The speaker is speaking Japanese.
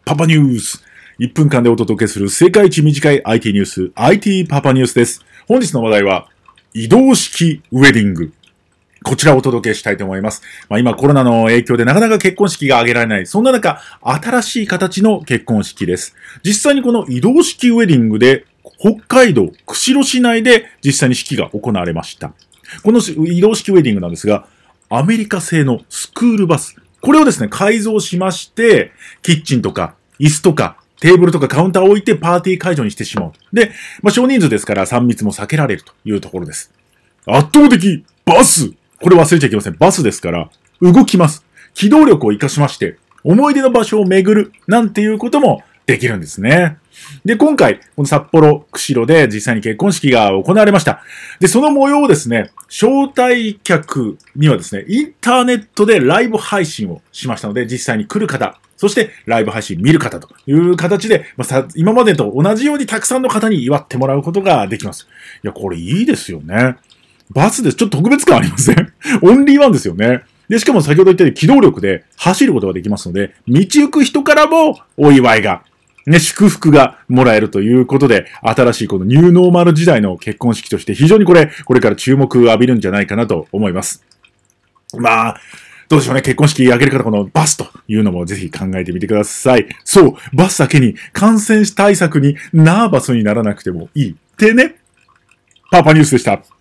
パパニュース。1分間でお届けする世界一短い IT ニュース、IT パパニュースです。本日の話題は、移動式ウェディング。こちらをお届けしたいと思います。今コロナの影響でなかなか結婚式が挙げられない。そんな中、新しい形の結婚式です。実際にこの移動式ウェディングで、北海道釧路市内で実際に式が行われました。この移動式ウェディングなんですが、アメリカ製のスクールバス。これをですね、改造しまして、キッチンとか椅子とかテーブルとかカウンターを置いてパーティー会場にしてしまう。で、少人数ですから3密も避けられるというところです。圧倒的バス。これ忘れちゃいけません。バスですから、動きます。機動力を活かしまして、思い出の場所を巡る、なんていうこともできるんですね。で、今回、この札幌、釧路で実際に結婚式が行われました。で、その模様をですね、招待客にはですね、インターネットでライブ配信をしましたので、実際に来る方、そしてライブ配信見る方という形で、今までと同じようにたくさんの方に祝ってもらうことができます。いや、これいいですよね。バスです。ちょっと特別感ありません？オンリーワンですよね。で、しかも先ほど言ったように機動力で走ることができますので、道行く人からもお祝いが、祝福がもらえるということで、新しいこのニューノーマル時代の結婚式として非常にこれから注目を浴びるんじゃないかなと思います。どうでしょうね。結婚式挙げる方、このバスというのもぜひ考えてみてください。そう、バスだけに感染対策にナーバスにならなくてもいい。ってね。パパニュースでした。